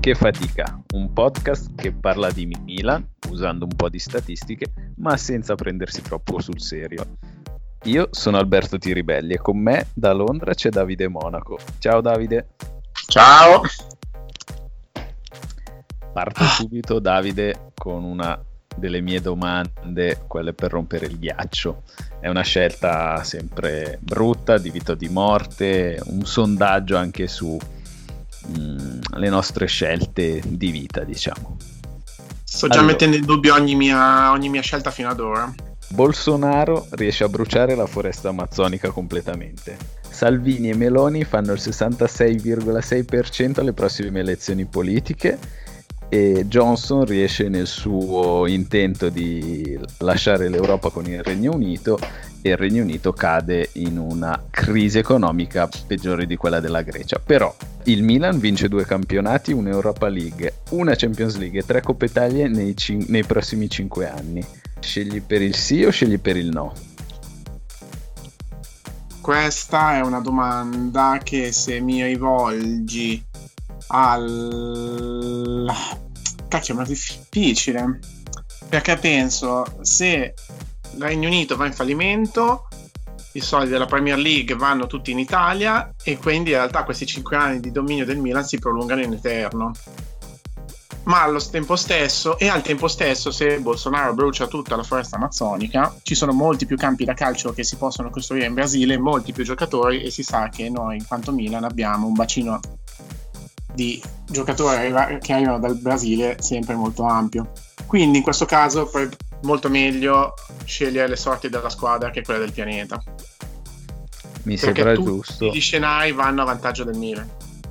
Che fatica, un podcast che parla di Milan usando un po' di statistiche ma senza prendersi troppo sul serio. Io sono Alberto Tiribelli e con me da Londra c'è Davide Monaco. Ciao Davide. Ciao. Parto subito, Davide, con una delle mie domande, quelle per rompere il ghiaccio. È una scelta sempre brutta, di vita o di morte, un sondaggio anche su le nostre scelte di vita, diciamo. Sto già mettendo in dubbio ogni mia scelta fino ad ora. Bolsonaro riesce a bruciare la foresta amazzonica completamente. Salvini e Meloni fanno il 66,6% alle prossime elezioni politiche e Johnson riesce nel suo intento di lasciare l'Europa con il Regno Unito e il Regno Unito cade in una crisi economica peggiore di quella della Grecia. Però il Milan vince 2 campionati, una Europa League, una Champions League e 3 Coppe Italia nei prossimi 5 anni. Scegli per il sì o scegli per il no? Questa è una domanda che, se mi rivolgi cacchio, ma è difficile, perché penso, se il Regno Unito va in fallimento, i soldi della Premier League vanno tutti in Italia e quindi in realtà questi 5 anni di dominio del Milan si prolungano in eterno. Ma al tempo stesso, se Bolsonaro brucia tutta la foresta amazzonica, ci sono molti più campi da calcio che si possono costruire in Brasile, molti più giocatori, e si sa che noi in quanto Milan abbiamo un bacino di giocatori che arrivano dal Brasile sempre molto ampio. Quindi in questo caso poi molto meglio scegliere le sorti della squadra che quelle del pianeta. Mi sembra giusto. Tutti gli scenari vanno a vantaggio del Milan.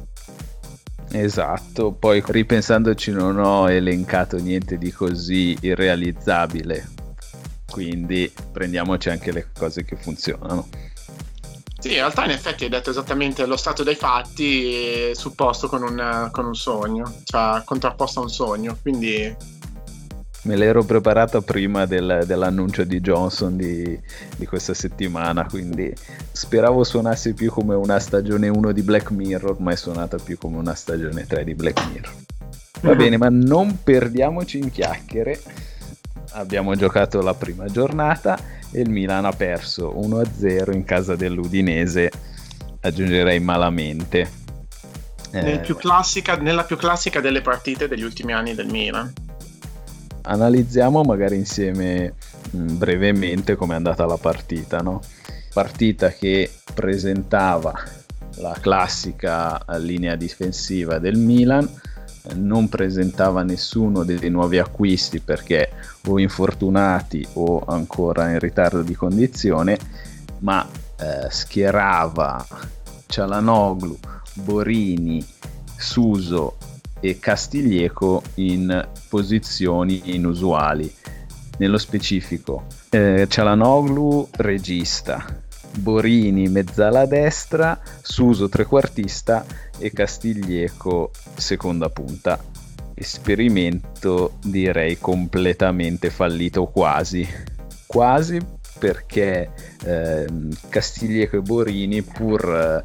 Esatto, poi ripensandoci non ho elencato niente di così irrealizzabile, quindi prendiamoci anche le cose che funzionano. Sì, in realtà in effetti hai detto esattamente lo stato dei fatti, supposto con un sogno, cioè contrapposto a un sogno, quindi me l'ero preparata prima dell'annuncio di Johnson di questa settimana, quindi speravo suonasse più come una stagione 1 di Black Mirror, ma è suonata più come una stagione 3 di Black Mirror. Va bene, ma non perdiamoci in chiacchiere. Abbiamo giocato la prima giornata e il Milan ha perso 1-0 in casa dell'Udinese, aggiungerei malamente. Nella più classica delle partite degli ultimi anni del Milan. Analizziamo magari insieme brevemente com'è andata la partita, no? Partita che presentava la classica linea difensiva del Milan, non presentava nessuno dei nuovi acquisti perché o infortunati o ancora in ritardo di condizione, ma schierava Çalhanoğlu, Borini, Suso e Castiglieco in posizioni inusuali. Nello specifico Çalhanoğlu regista, Borini mezzala a destra, Suso trequartista e Castiglieco seconda punta. Esperimento direi completamente fallito, quasi perché Castiglieco e Borini, pur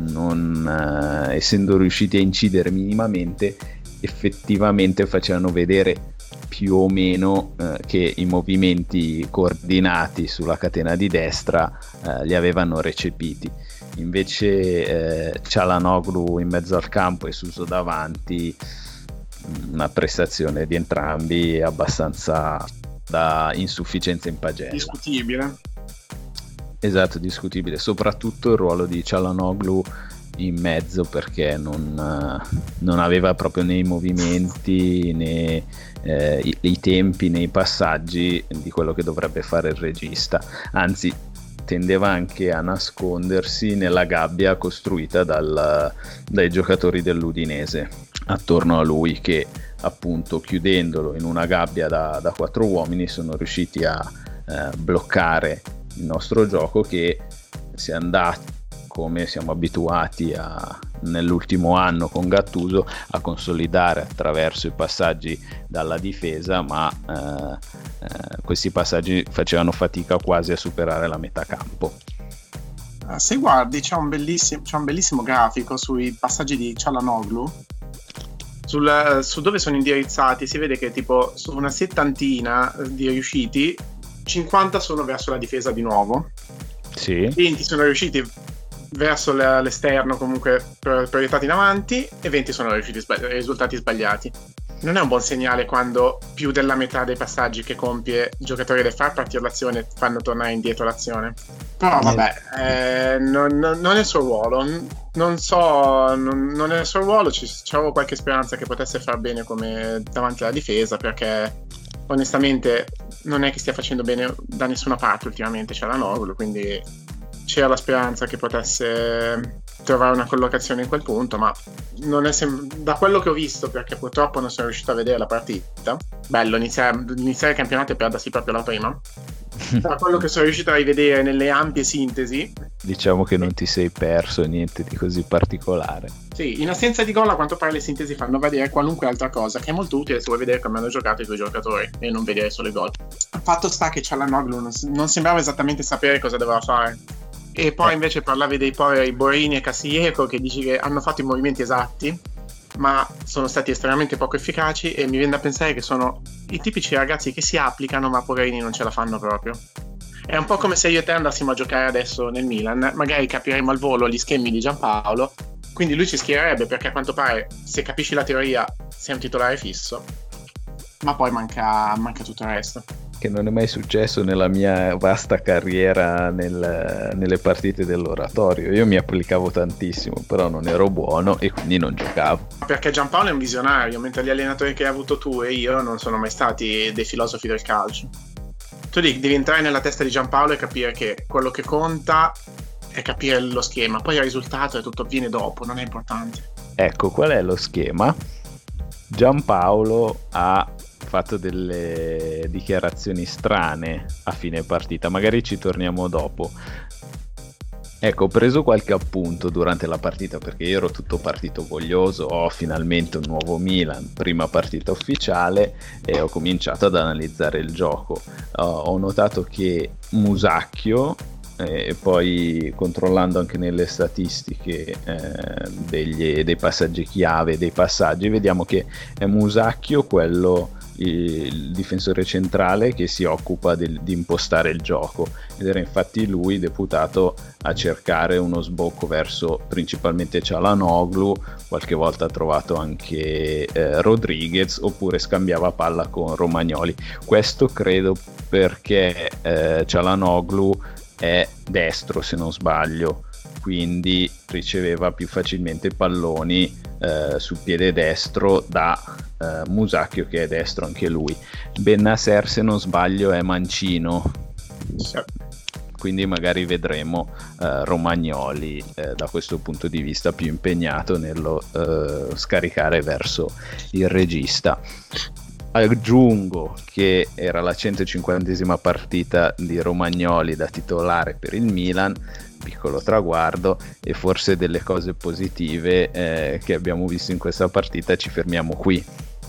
non essendo riusciti a incidere minimamente, effettivamente facevano vedere più o meno che i movimenti coordinati sulla catena di destra li avevano recepiti. Invece Çalhanoğlu in mezzo al campo e Suso davanti, una prestazione di entrambi abbastanza da insufficienza in pagella. Discutibile. Esatto, discutibile, soprattutto il ruolo di Çalhanoğlu in mezzo, perché non aveva proprio né i movimenti né i tempi né i passaggi di quello che dovrebbe fare il regista, anzi tendeva anche a nascondersi nella gabbia costruita dai giocatori dell'Udinese attorno a lui, che appunto chiudendolo in una gabbia da 4 uomini sono riusciti a bloccare il nostro gioco, che si è andato, come siamo abituati nell'ultimo anno con Gattuso, a consolidare attraverso i passaggi dalla difesa, ma questi passaggi facevano fatica quasi a superare la metà campo. Se guardi c'è un bellissimo grafico sui passaggi di Çalhanoğlu su dove sono indirizzati si vede che tipo su una 70 di riusciti 50 sono verso la difesa di nuovo, Sì. 20 sono riusciti verso l'esterno, comunque proiettati in avanti, e 20 sono risultati sbagliati. Non è un buon segnale quando più della metà dei passaggi che compie il giocatore del far partire l'azione fanno tornare indietro l'azione. Però vabbè, non è il suo ruolo. Non è il suo ruolo. C'avevo qualche speranza che potesse far bene come davanti alla difesa, perché onestamente non è che stia facendo bene da nessuna parte ultimamente. C'è la Noglu, quindi c'era la speranza che potesse trovare una collocazione in quel punto, ma non è da quello che ho visto, perché purtroppo non sono riuscito a vedere la partita. Bello iniziare il campionato e perdersi proprio la prima. Da quello che sono riuscito a rivedere nelle ampie sintesi, diciamo che non ti sei perso niente di così particolare. Sì, in assenza di gol a quanto pare le sintesi fanno vedere qualunque altra cosa, che è molto utile se vuoi vedere come hanno giocato i due giocatori e non vedere solo i gol. Il fatto sta che Çalhanoğlu non sembrava esattamente sapere cosa doveva fare. E poi invece parlavi dei poveri Borini e Castillejo, che dici che hanno fatto i movimenti esatti, ma sono stati estremamente poco efficaci, e mi viene da pensare che sono i tipici ragazzi che si applicano ma poverini non ce la fanno proprio. È un po' come se io e te andassimo a giocare adesso nel Milan, magari capiremo al volo gli schemi di Giampaolo, quindi lui ci schiererebbe, perché a quanto pare, se capisci la teoria, sei un titolare fisso, ma poi manca tutto il resto. Che non è mai successo nella mia vasta carriera nelle partite dell'Oratorio. Io mi applicavo tantissimo, però non ero buono e quindi non giocavo. Perché Giampaolo è un visionario, mentre gli allenatori che hai avuto tu e io non sono mai stati dei filosofi del calcio. Tu devi entrare nella testa di Giampaolo e capire che quello che conta è capire lo schema, poi il risultato e tutto viene dopo, non è importante. Ecco, qual è lo schema? Giampaolo ha fatto delle dichiarazioni strane a fine partita, magari ci torniamo dopo. Ecco, ho preso qualche appunto durante la partita perché io ero tutto partito voglioso, ho finalmente un nuovo Milan, prima partita ufficiale, e ho cominciato ad analizzare il gioco. Ho notato che Musacchio, e poi controllando anche nelle statistiche dei passaggi chiave, dei passaggi, vediamo che è Musacchio il difensore centrale che si occupa di impostare il gioco, ed era infatti lui deputato a cercare uno sbocco verso principalmente Çalhanoğlu, qualche volta ha trovato anche Rodriguez, oppure scambiava palla con Romagnoli. Questo credo perché Çalhanoğlu è destro, se non sbaglio, quindi riceveva più facilmente palloni sul piede destro da Musacchio, che è destro anche lui. Bennacer, se non sbaglio, è mancino, quindi magari vedremo Romagnoli da questo punto di vista più impegnato nello scaricare verso il regista. Aggiungo che era la 150esima partita di Romagnoli da titolare per il Milan, piccolo traguardo, e forse delle cose positive che abbiamo visto in questa partita ci fermiamo qui.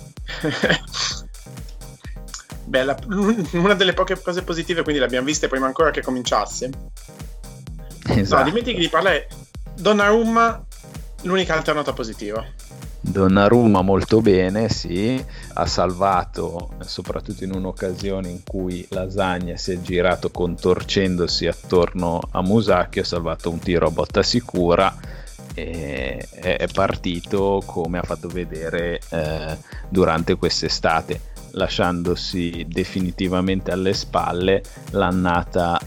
Beh, una delle poche cose positive, quindi l'abbiamo viste prima ancora che cominciasse. Esatto. No, dimentichi di parlare. Donnarumma, l'unica altra nota positiva. Donnarumma molto bene, sì, ha salvato, soprattutto in un'occasione in cui Lasagna si è girato contorcendosi attorno a Musacchio, ha salvato un tiro a botta sicura e è partito come ha fatto vedere durante quest'estate, lasciandosi definitivamente alle spalle l'annata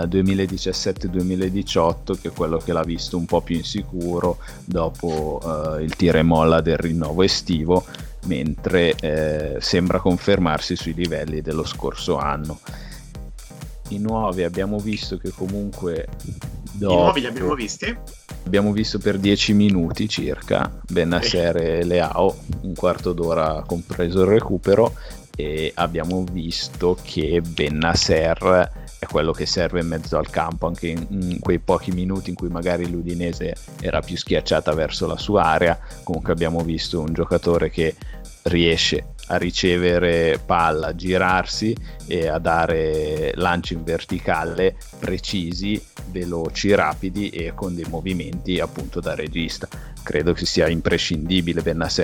2017-2018, che è quello che l'ha visto un po' più insicuro dopo il tira e molla del rinnovo estivo, mentre sembra confermarsi sui livelli dello scorso anno. I nuovi abbiamo visto che comunque I nuovi li abbiamo visti? Abbiamo visto per 10 minuti circa Bennacer e Leao, un quarto d'ora compreso il recupero, e abbiamo visto che Bennacer è quello che serve in mezzo al campo, anche in quei pochi minuti in cui magari l'Udinese era più schiacciata verso la sua area. Comunque abbiamo visto un giocatore che riesce a ricevere palla, girarsi e a dare lanci in verticale precisi, veloci, rapidi e con dei movimenti appunto da regista. Credo che sia imprescindibile Bennacer.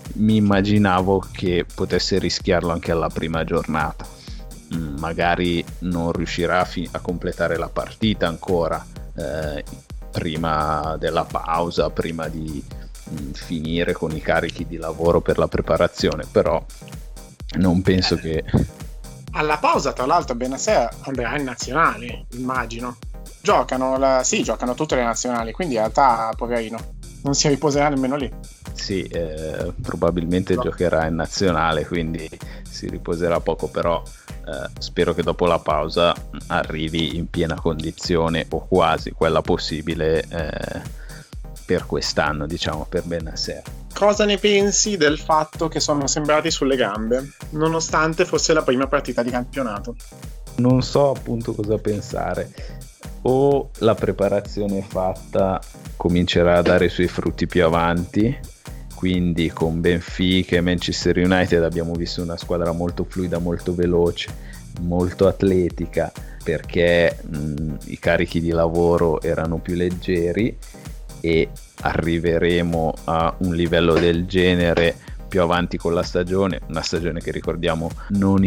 mi immaginavo che potesse rischiarlo anche alla prima giornata. Magari non riuscirà a completare la partita ancora prima della pausa, prima di finire con i carichi di lavoro per la preparazione, però non penso che... Alla pausa, tra l'altro, Bennacer andrà in nazionali, immagino. Giocano tutte le nazionali, quindi in realtà, poverino, non si riposerà nemmeno lì. Sì, probabilmente giocherà in nazionale, quindi si riposerà poco, però spero che dopo la pausa arrivi in piena condizione, o quasi quella possibile per quest'anno, diciamo, per Bennacer. Cosa ne pensi del fatto che sono sembrati sulle gambe, nonostante fosse la prima partita di campionato? Non so appunto cosa pensare. O la preparazione fatta comincerà a dare i suoi frutti più avanti, quindi con Benfica e Manchester United abbiamo visto una squadra molto fluida, molto veloce, molto atletica, perché i carichi di lavoro erano più leggeri, e arriveremo a un livello del genere più avanti con la stagione, una stagione che, ricordiamo, non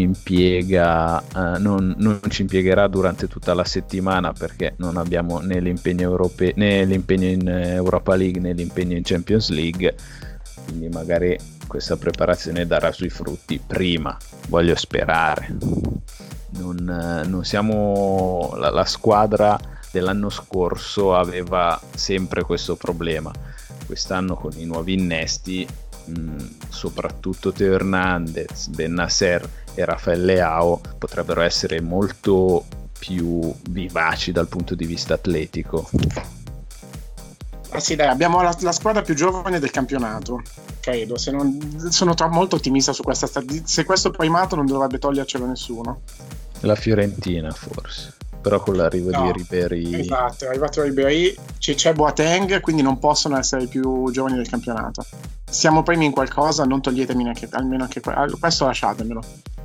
ci impiegherà durante tutta la settimana, perché non abbiamo né l'impegno europeo, né l'impegno in Europa League, né l'impegno in Champions League, quindi magari questa preparazione darà sui frutti prima, voglio sperare. Non siamo la squadra dell'anno scorso aveva sempre questo problema. Quest'anno con i nuovi innesti, soprattutto Teo Hernandez, Bennacer e Rafael Leao potrebbero essere molto più vivaci dal punto di vista atletico. Sì, dai, abbiamo la squadra più giovane del campionato, credo. Sono molto ottimista su questa se questo primato non dovrebbe togliercelo nessuno. La Fiorentina forse, però con l'arrivo di Ribéry. Esatto, è arrivato Ribéry, c'è Boateng, quindi non possono essere i più giovani del campionato. Siamo primi in qualcosa, non toglietemi neanche, almeno anche questo, lasciatemelo.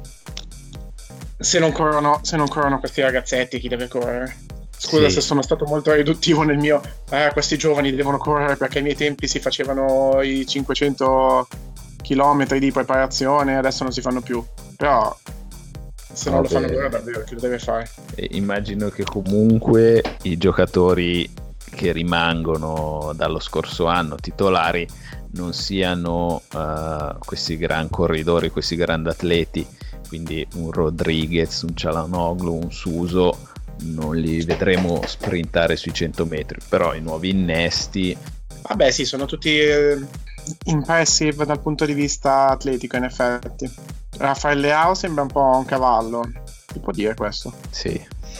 Se non corrono questi ragazzetti, chi deve correre? Scusa se sono stato molto riduttivo nel mio questi giovani devono correre, perché ai miei tempi si facevano i 500 chilometri di preparazione, adesso non si fanno più, però se non lo fanno ora davvero chi lo deve fare? Immagino che comunque i giocatori che rimangono dallo scorso anno titolari non siano questi gran corridori, questi grandi atleti, quindi un Rodriguez, un Çalhanoğlu, un Suso non li vedremo sprintare sui 100 metri, però i nuovi innesti, vabbè, sì, sono tutti impressive dal punto di vista atletico, in effetti. Rafael Leao sembra un po' un cavallo, si può dire questo? Sì.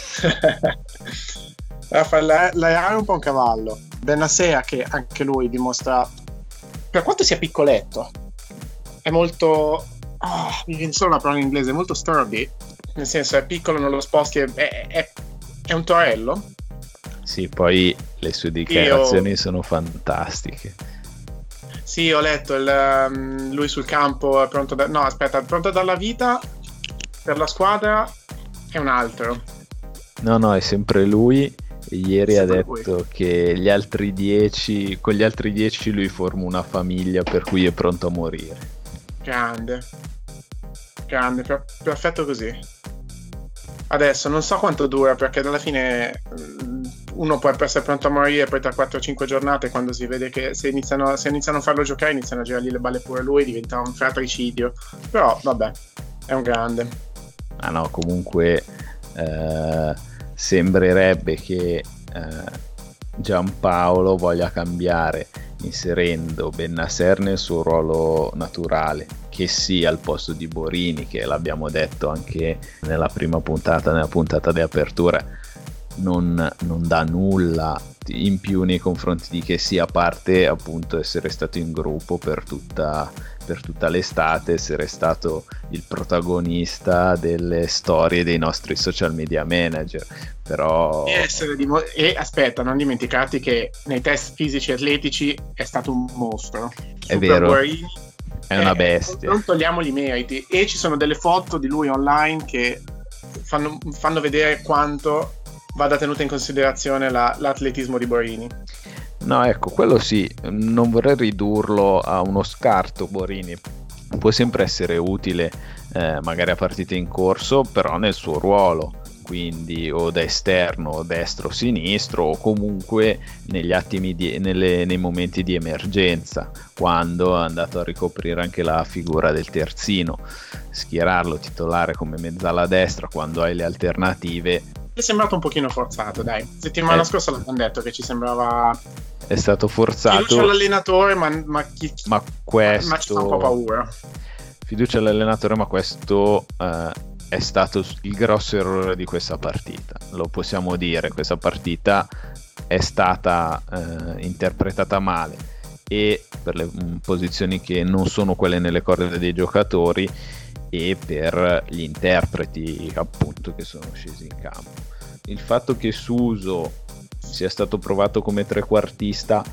Rafael Leao è un po' un cavallo. Bennacer, che anche lui dimostra, per quanto sia piccoletto, è molto mi viene solo la parola in inglese, è molto sturdy, nel senso è piccolo, non lo sposti, è un torello. Sì, poi le sue dichiarazioni sono fantastiche. Sì, ho letto lui sul campo è pronto pronto a dar la vita per la squadra, è un altro. No, è sempre lui. Ieri ha detto che con gli altri 10 lui forma una famiglia, per cui è pronto a morire. Grande, perfetto così. Adesso non so quanto dura, perché alla fine uno può essere pronto a morire poi tra 4-5 giornate, quando si vede che se iniziano a farlo giocare, iniziano a girargli le balle pure lui, diventa un fratricidio. Però vabbè, è un grande. No, comunque sembrerebbe che Giampaolo voglia cambiare, inserendo Bennacer nel suo ruolo naturale, che sia al posto di Borini, che l'abbiamo detto anche nella prima puntata, nella puntata di apertura, non dà nulla in più nei confronti di che sia, a parte appunto essere stato in gruppo per tutta l'estate, essere stato il protagonista delle storie dei nostri social media manager, però e aspetta, non dimenticarti che nei test fisici e atletici è stato un mostro. È vero, Borini, è una bestia, non togliamogli i meriti, e ci sono delle foto di lui online che fanno vedere quanto vada tenuta in considerazione l'atletismo di Borini. No, ecco, quello sì, non vorrei ridurlo a uno scarto. Borini può sempre essere utile, magari a partite in corso, però nel suo ruolo, quindi o da esterno, o destro o sinistro, o comunque negli attimi nei momenti di emergenza, quando è andato a ricoprire anche la figura del terzino. Schierarlo titolare come mezzala destra quando hai le alternative è sembrato un pochino forzato, dai. Settimana scorsa l'abbiamo detto che ci sembrava... È stato forzato. Fiducia all'allenatore, ma questo... ma ci fa un po' paura. Fiducia all'allenatore, ma questo è stato il grosso errore di questa partita. Lo possiamo dire, questa partita è stata interpretata male, e per le posizioni che non sono quelle nelle corde dei giocatori, e per gli interpreti appunto che sono scesi in campo. Il fatto che Suso sia stato provato come trequartista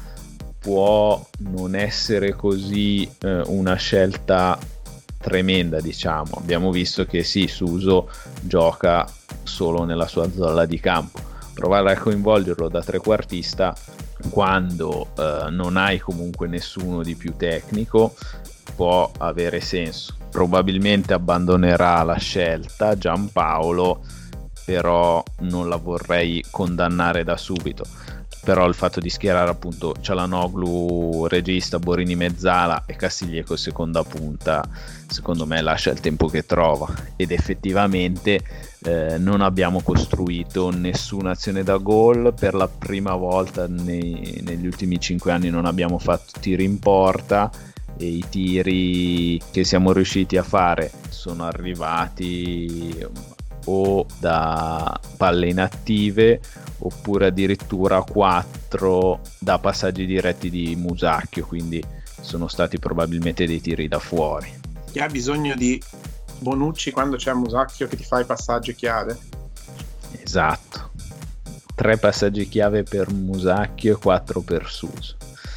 può non essere così una scelta tremenda, diciamo. Abbiamo visto che sì, Suso gioca solo nella sua zona di campo. Provare a coinvolgerlo da trequartista quando non hai comunque nessuno di più tecnico può avere senso. Probabilmente abbandonerà la scelta Giampaolo, però non la vorrei condannare da subito. Però il fatto di schierare appunto Çalhanoğlu regista, Borini mezzala e Castillejo seconda punta, secondo me lascia il tempo che trova, ed effettivamente non abbiamo costruito nessuna azione da gol. Per la prima volta negli ultimi 5 anni non abbiamo fatto tiri in porta, e i tiri che siamo riusciti a fare sono arrivati o da palle inattive, oppure addirittura 4 da passaggi diretti di Musacchio, quindi sono stati probabilmente dei tiri da fuori. Chi ha bisogno di Bonucci quando c'è Musacchio che ti fa i passaggi chiave? Esatto, 3 passaggi chiave per Musacchio e 4 per Suso.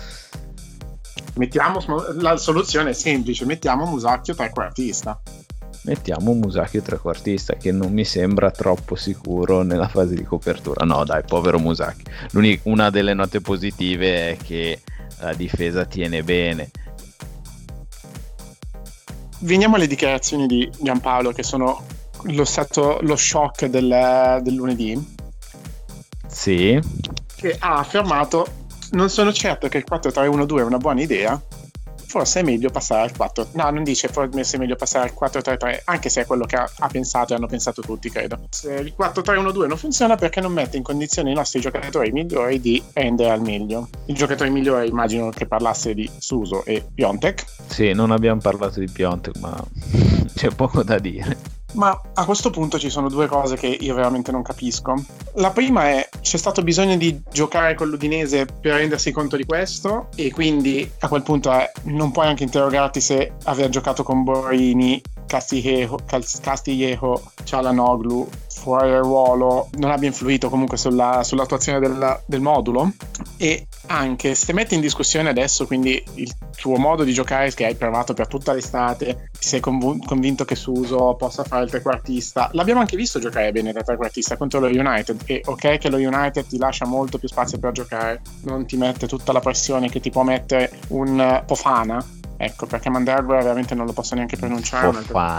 La soluzione è semplice, mettiamo Musacchio trequartista. Mettiamo Musacchio trequartista, che non mi sembra troppo sicuro nella fase di copertura. No dai, povero Musacchio. Una delle note positive è che la difesa tiene bene. Veniamo alle dichiarazioni di Giampaolo, che sono lo shock del lunedì. Sì. Che ha affermato: non sono certo che il 4-3-1-2 è una buona idea, forse è meglio passare al 4. No, non dice forse è meglio passare al 4-3-3, anche se è quello che ha pensato e hanno pensato tutti, credo. Se il 4-3-1-2 non funziona perché non mette in condizione i nostri giocatori migliori di rendere al meglio. Il giocatore migliore immagino che parlasse di Suso e Piontek. Sì, non abbiamo parlato di Piontek, ma c'è poco da dire. Ma a questo punto ci sono 2 cose che io veramente non capisco. La prima è: c'è stato bisogno di giocare con l'Udinese per rendersi conto di questo, e quindi a quel punto non puoi anche interrogarti se aver giocato con Borini, Castillejo, Çalhanoğlu fuori ruolo non abbia influito comunque sull'attuazione del modulo. E anche se metti in discussione adesso quindi il tuo modo di giocare che hai provato per tutta l'estate, ti sei convinto che Suso possa fare il trequartista. L'abbiamo anche visto giocare bene da trequartista contro lo United, e ok che lo United ti lascia molto più spazio per giocare, non ti mette tutta la pressione che ti può mettere un Fofana, ecco, perché Manderguer veramente non lo posso neanche pronunciare.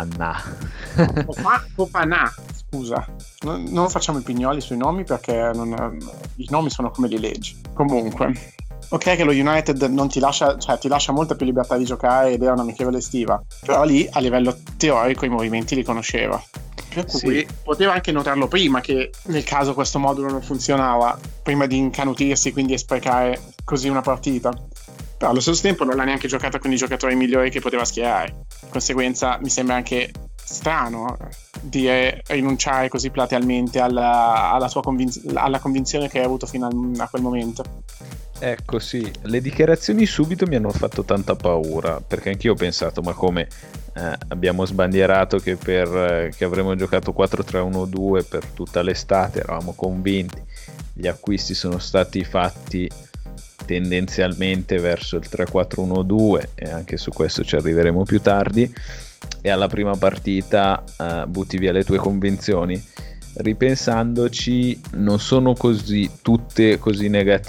Fofana, scusa, non facciamo i pignoli sui nomi perché i nomi sono come li leggi. Comunque, ok che lo United non ti lascia, cioè ti lascia molta più libertà di giocare ed è un'amichevole estiva, però lì a livello teorico i movimenti li conosceva, per cui poteva anche notarlo prima che nel caso questo modulo non funzionava, prima di incanutirsi quindi e sprecare così una partita. Però allo stesso tempo non l'ha neanche giocata con i giocatori migliori che poteva schierare, di conseguenza mi sembra anche strano dire rinunciare così platealmente alla sua alla convinzione che hai avuto fino a quel momento. Ecco, sì, le dichiarazioni subito mi hanno fatto tanta paura, perché anch'io ho pensato: ma come abbiamo sbandierato che avremmo giocato 4-3-1-2 per tutta l'estate, eravamo convinti, gli acquisti sono stati fatti tendenzialmente verso il 3-4-1-2 e anche su questo ci arriveremo più tardi, e alla prima partita butti via le tue convinzioni. Ripensandoci non sono tutte così negative.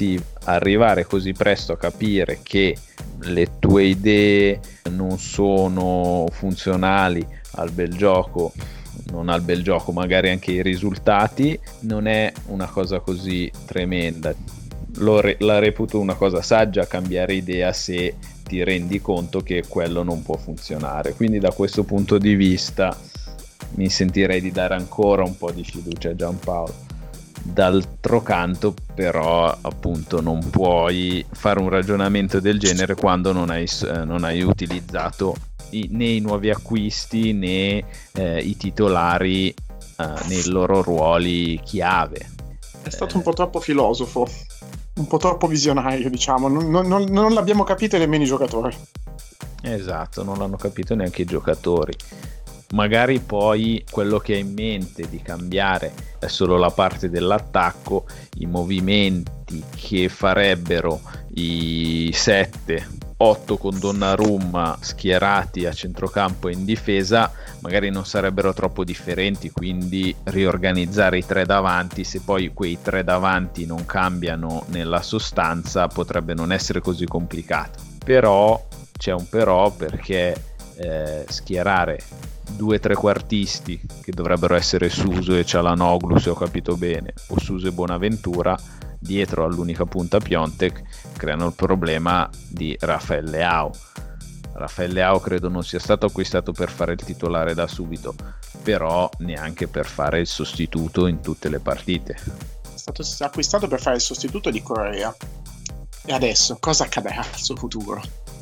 arrivare così presto a capire che le tue idee non sono funzionali al bel gioco, non al bel gioco, magari anche i risultati, non è una cosa così tremenda. La reputo una cosa saggia cambiare idea se ti rendi conto che quello non può funzionare. Quindi da questo punto di vista mi sentirei di dare ancora un po' di fiducia a Giampaolo. D'altro canto però appunto non puoi fare un ragionamento del genere quando non hai utilizzato né i nuovi acquisti né i titolari nei loro ruoli chiave. È stato un po' troppo filosofo, un po' troppo visionario, diciamo, non l'abbiamo capito nemmeno i giocatori. Esatto, non l'hanno capito neanche i giocatori. Magari poi quello che ha in mente di cambiare è solo la parte dell'attacco, i movimenti che farebbero i 7-8 con Donnarumma schierati a centrocampo e in difesa magari non sarebbero troppo differenti, quindi riorganizzare i tre davanti, se poi quei tre davanti non cambiano nella sostanza, potrebbe non essere così complicato. Però c'è un però, perché schierare 2 trequartisti che dovrebbero essere Suso e Çalhanoğlu, se ho capito bene, o Suso e Bonaventura dietro all'unica punta Piontek, creano il problema di Rafael Leao. Rafael Leao credo non sia stato acquistato per fare il titolare da subito, però neanche per fare il sostituto in tutte le partite. È stato acquistato per fare il sostituto di Correa. E adesso cosa accadrà al suo futuro?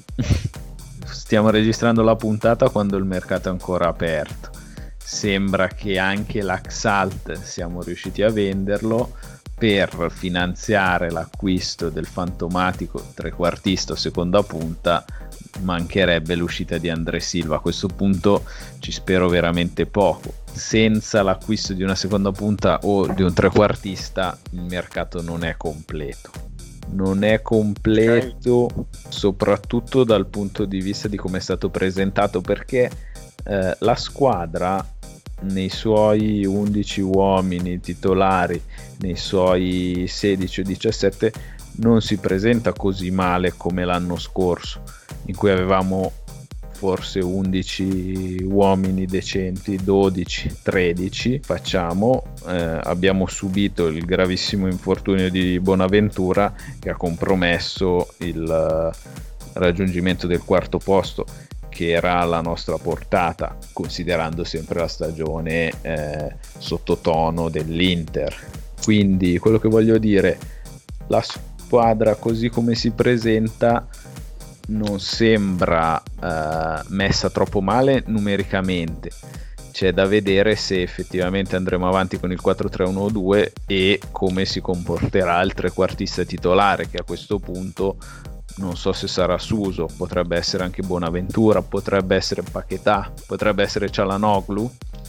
Stiamo registrando la puntata quando il mercato è ancora aperto. Sembra che anche l'Axalt siamo riusciti a venderlo per finanziare l'acquisto del fantomatico trequartista seconda punta. Mancherebbe l'uscita di André Silva. A questo punto ci spero veramente poco. Senza l'acquisto di una seconda punta o di un trequartista il mercato non è completo. Non è completo, soprattutto dal punto di vista di come è stato presentato, perché la squadra nei suoi 11 uomini titolari, nei suoi 16 o 17 non si presenta così male come l'anno scorso, in cui avevamo forse 11 uomini decenti, 12, 13 abbiamo subito il gravissimo infortunio di Bonaventura che ha compromesso il raggiungimento del quarto posto, che era alla nostra portata, considerando sempre la stagione sottotono dell'Inter. Quindi quello che voglio dire, la squadra così come si presenta non sembra messa troppo male numericamente. C'è da vedere se effettivamente andremo avanti con il 4-3-1-2 e come si comporterà il trequartista titolare, che a questo punto non so se sarà Suso, potrebbe essere anche Bonaventura, potrebbe essere Paquetá, potrebbe essere Çalhanoğlu.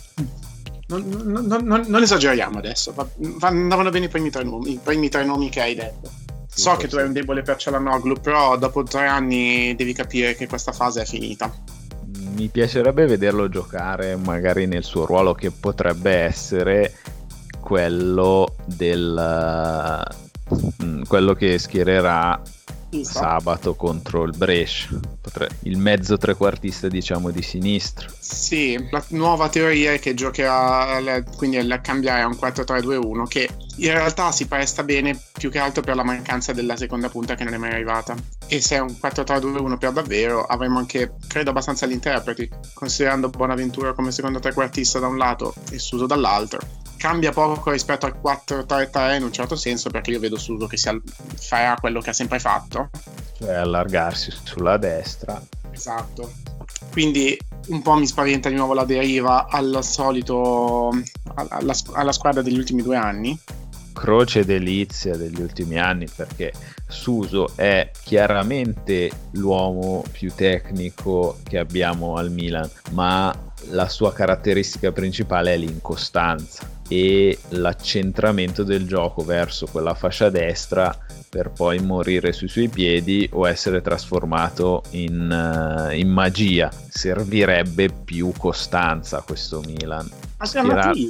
Non esageriamo adesso, andavano bene i primi tre nomi che hai detto. So che tu hai un debole per Çalhanoğlu, però dopo 3 anni devi capire che questa fase è finita. Mi piacerebbe vederlo giocare magari nel suo ruolo, che potrebbe essere quello quello che schiererà sabato contro il Brescia, il mezzo trequartista diciamo di sinistra. Sì, la nuova teoria è che giocherà, quindi a cambiare a un 4-3-2-1, che in realtà si presta bene più che altro per la mancanza della seconda punta che non è mai arrivata. E se è un 4-3-2-1 per davvero, avremo anche, credo, abbastanza gli interpreti, considerando Bonaventura come secondo trequartista da un lato e Suso dall'altro. Cambia poco rispetto al 4-3-3 in un certo senso, perché io vedo Suso che farà quello che ha sempre fatto, cioè allargarsi sulla destra. Esatto. Quindi un po' mi spaventa di nuovo la deriva al solito alla squadra degli ultimi 2 anni. Croce e delizia degli ultimi anni, perché Suso è chiaramente l'uomo più tecnico che abbiamo al Milan, ma la sua caratteristica principale è l'incostanza e l'accentramento del gioco verso quella fascia destra per poi morire sui suoi piedi o essere trasformato in magia. Servirebbe più costanza a questo Milan.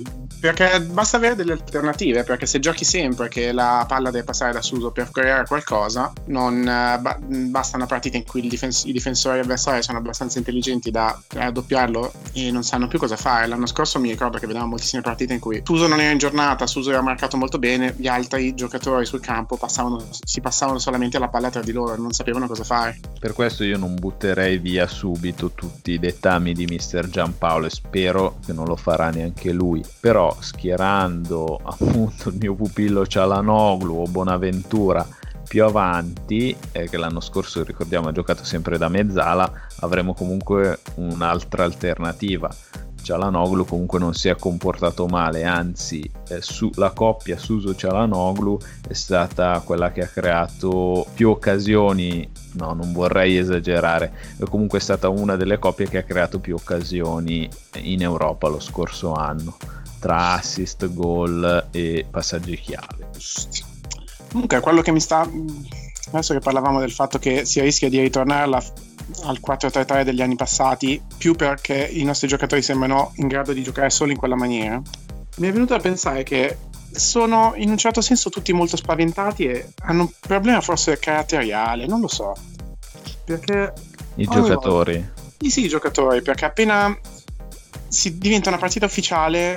Perché basta avere delle alternative, perché se giochi sempre che la palla deve passare da Suso per creare qualcosa, non basta una partita in cui i difensori avversari sono abbastanza intelligenti da raddoppiarlo e non sanno più cosa fare. L'anno scorso mi ricordo che vedevamo moltissime partite in cui Suso non era in giornata, Suso era marcato molto bene, gli altri giocatori sul campo si passavano solamente la palla tra di loro e non sapevano cosa fare. Per questo io non butterei via subito tutti i dettami di Mister Giampaolo e spero che non lo farà neanche lui, però schierando appunto il mio pupillo Çalhanoğlu o Bonaventura più avanti, che l'anno scorso ricordiamo ha giocato sempre da mezzala, avremo comunque un'altra alternativa. Çalhanoğlu comunque non si è comportato male, anzi la coppia Suso-Çalhanoğlu è stata quella che ha creato più occasioni, no, non vorrei esagerare, è comunque stata una delle coppie che ha creato più occasioni in Europa lo scorso anno, tra assist, gol e passaggi chiave. Comunque quello che mi sta, adesso che parlavamo del fatto che si rischia di ritornare al 4-3-3 degli anni passati, più perché i nostri giocatori sembrano in grado di giocare solo in quella maniera, mi è venuto a pensare che sono in un certo senso tutti molto spaventati e hanno un problema forse caratteriale, non lo so, perché i giocatori sì, i giocatori, perché appena si diventa una partita ufficiale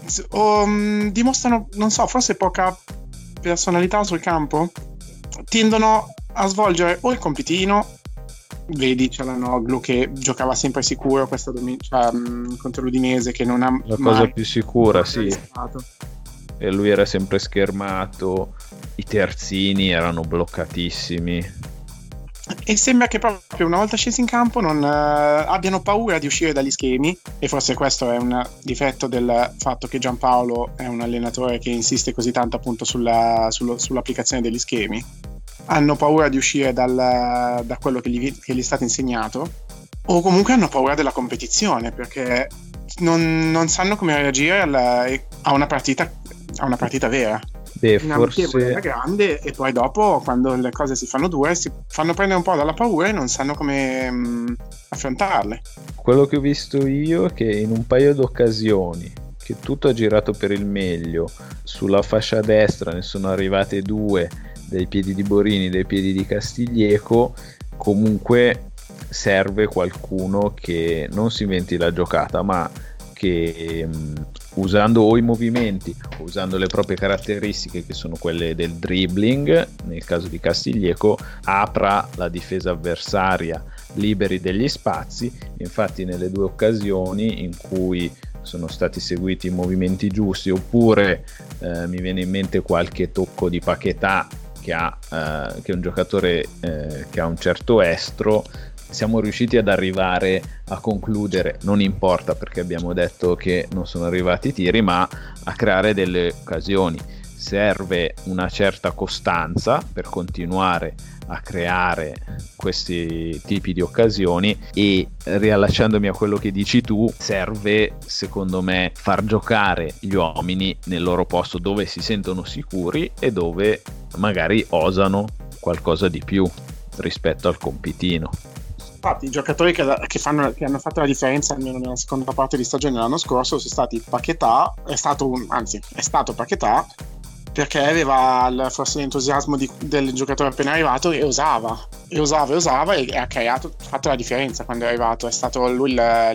dimostrano, non so, forse poca personalità sul campo, tendono a svolgere o il compitino, vedi Çalhanoğlu che giocava sempre sicuro questa domenica contro l'Udinese, che non ha la cosa più sicura, sì, e lui era sempre schermato, i terzini erano bloccatissimi e sembra che proprio una volta scesi in campo non abbiano paura di uscire dagli schemi, e forse questo è un difetto del fatto che Giampaolo è un allenatore che insiste così tanto appunto sull'applicazione degli schemi. Hanno paura di uscire da quello che gli è stato insegnato, o comunque hanno paura della competizione perché non sanno come reagire a una partita vera. Una amichevole grande, e poi dopo quando le cose si fanno dure si fanno prendere un po' dalla paura e non sanno come affrontarle. Quello che ho visto io è che in un paio d'occasioni che tutto ha girato per il meglio, sulla fascia destra ne sono arrivate due dai piedi di Borini, dai piedi di Castiglieco, comunque serve qualcuno che non si inventi la giocata, ma che usando o i movimenti o usando le proprie caratteristiche, che sono quelle del dribbling nel caso di Castiglieco, apra la difesa avversaria, liberi degli spazi. Infatti nelle due occasioni in cui sono stati seguiti i movimenti giusti, oppure mi viene in mente qualche tocco di Paquetá che è un giocatore che ha un certo estro, siamo riusciti ad arrivare a concludere, non importa perché abbiamo detto che non sono arrivati i tiri, ma a creare delle occasioni. Serve una certa costanza per continuare a creare questi tipi di occasioni, e riallacciandomi a quello che dici tu, serve secondo me far giocare gli uomini nel loro posto, dove si sentono sicuri e dove magari osano qualcosa di più rispetto al compitino. Infatti i giocatori che hanno fatto la differenza almeno nella seconda parte di stagione l'anno scorso sono stati Paquetá, è stato Paquetá, perché aveva forse l'entusiasmo del giocatore appena arrivato e osava e ha fatto la differenza quando è arrivato. È stato lui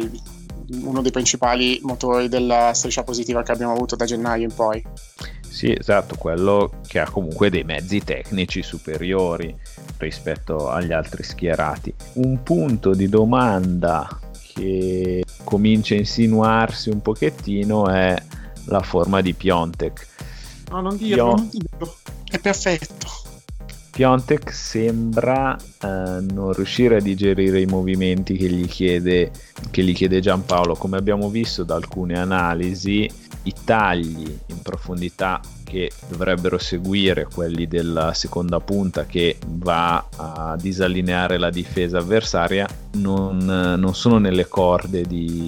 uno dei principali motori della striscia positiva che abbiamo avuto da gennaio in poi. Sì, esatto, quello che ha comunque dei mezzi tecnici superiori rispetto agli altri schierati. Un punto di domanda che comincia a insinuarsi un pochettino è la forma di Piątek. No, non dirlo, è perfetto. Piątek sembra non riuscire a digerire i movimenti che gli chiede Giampaolo. Come abbiamo visto da alcune analisi, i tagli in profondità che dovrebbero seguire quelli della seconda punta, che va a disallineare la difesa avversaria, non sono nelle corde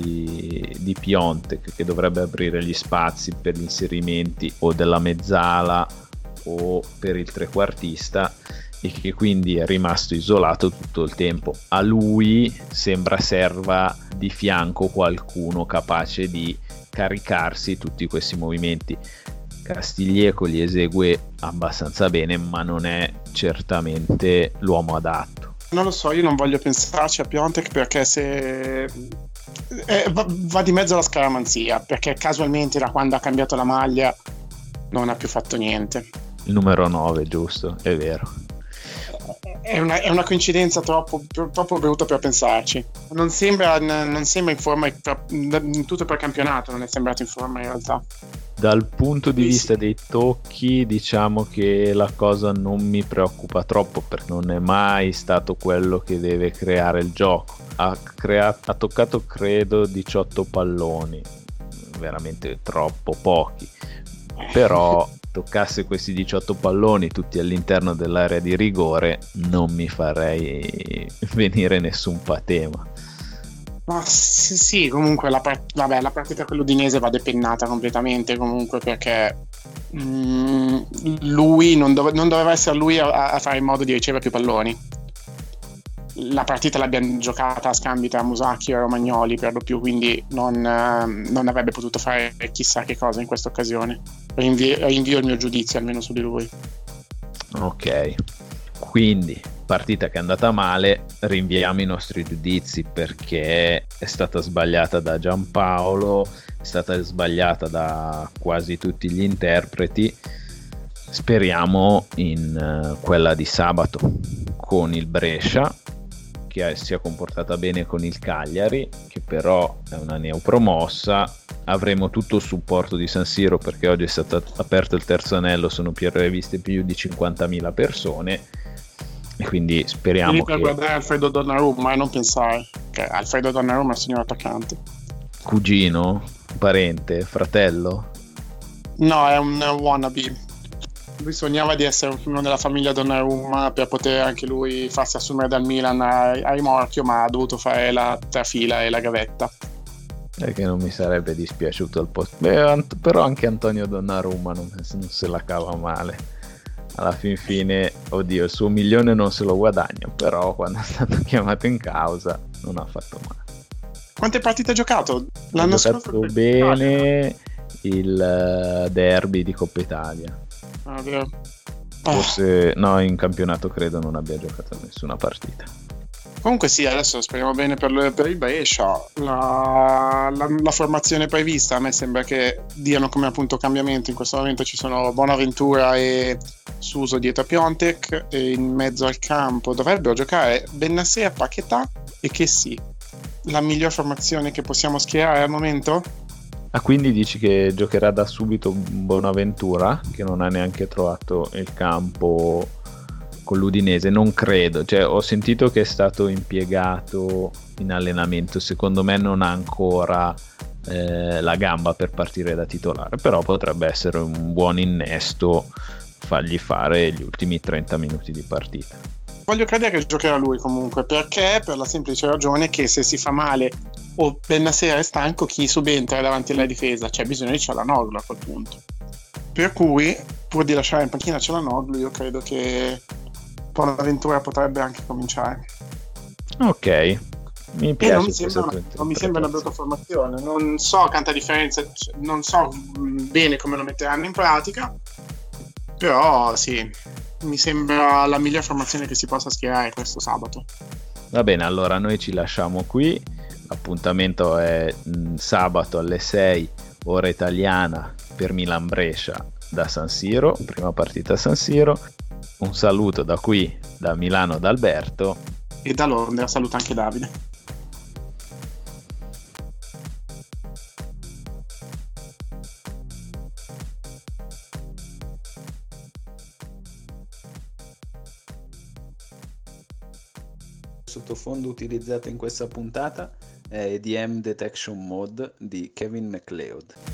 di Piątek, che dovrebbe aprire gli spazi per gli inserimenti o della mezzala o per il trequartista, e che quindi è rimasto isolato tutto il tempo. A lui sembra serva di fianco qualcuno capace di caricarsi tutti questi movimenti. Castiglieco li esegue abbastanza bene, ma non è certamente l'uomo adatto. Non lo so, io non voglio pensarci a Piontek, perché se va di mezzo alla scaramanzia, perché casualmente da quando ha cambiato la maglia non ha più fatto niente. Il numero 9, giusto, è vero. È una coincidenza troppo brutta per pensarci. Non sembra in forma in tutto per campionato, non è sembrato in forma in realtà. Dal punto di vista dei tocchi, diciamo che la cosa non mi preoccupa troppo, perché non è mai stato quello che deve creare il gioco. Ha toccato credo 18 palloni, veramente troppo pochi, però toccasse questi 18 palloni tutti all'interno dell'area di rigore non mi farei venire nessun patema. Ma sì, comunque la partita con l'Udinese va depennata completamente, comunque, perché lui non doveva essere lui a fare in modo di ricevere più palloni. La partita l'abbiamo giocata a scambi tra Musacchio e Romagnoli per lo più, quindi non avrebbe potuto fare chissà che cosa in questa occasione. Rinvio il mio giudizio almeno su di lui. Ok, quindi partita che è andata male, rinviamo i nostri giudizi, perché è stata sbagliata da Giampaolo, è stata sbagliata da quasi tutti gli interpreti. Speriamo in quella di sabato con il Brescia, che si è comportata bene con il Cagliari, che però è una neopromossa. Avremo tutto il supporto di San Siro, perché oggi è stato aperto il terzo anello, sono previste più di 50.000 persone, e quindi speriamo per guardare Alfredo Donnarumma, non pensare che Alfredo Donnarumma è il signor attaccante. Cugino? Parente? Fratello? No, è un wannabe. Lui sognava di essere uno della famiglia Donnarumma per poter anche lui farsi assumere dal Milan a rimorchio, ma ha dovuto fare la trafila e la gavetta. Che non mi sarebbe dispiaciuto al posto. Però anche Antonio Donnarumma non se la cava male. Alla fine, oddio, il suo milione non se lo guadagna, però quando è stato chiamato in causa non ha fatto male. Quante partite ha giocato? L'anno scorso ha giocato bene il derby di Coppa Italia. Forse no, in campionato credo non abbia giocato nessuna partita. Comunque sì, adesso speriamo bene per il Brescia. La formazione prevista a me sembra che diano come appunto cambiamento. In questo momento ci sono Bonaventura e Suso dietro a Piontek, e in mezzo al campo dovrebbero giocare Bennassea, Paquetá e Kessie. La miglior formazione che possiamo schierare al momento? Quindi dici che giocherà da subito Bonaventura, che non ha neanche trovato il campo con l'Udinese? Non credo, cioè ho sentito che è stato impiegato in allenamento, secondo me non ha ancora la gamba per partire da titolare, però potrebbe essere un buon innesto fargli fare gli ultimi 30 minuti di partita. Voglio credere che giocherà lui comunque, perché per la semplice ragione che se si fa male o Bennassera è stanco, chi subentra davanti alla difesa? C'è bisogno di Çalhanoğlu a quel punto. Per cui, pur di lasciare in panchina Çalhanoğlu, io credo che Bonaventura potrebbe anche cominciare. Ok, mi piace. Non mi sembra una brutta formazione. Non so tanta differenza, non so bene come lo metteranno in pratica, però sì, mi sembra la miglior formazione che si possa schierare questo sabato. Va bene, allora noi ci lasciamo qui. L'appuntamento è sabato alle 6 ora italiana per Milan Brescia da San Siro, prima partita a San Siro. Un saluto da qui, da Milano, da Alberto, e da Londra saluta anche Davide. Sottofondo utilizzato in questa puntata è EDM Detection Mode di Kevin MacLeod.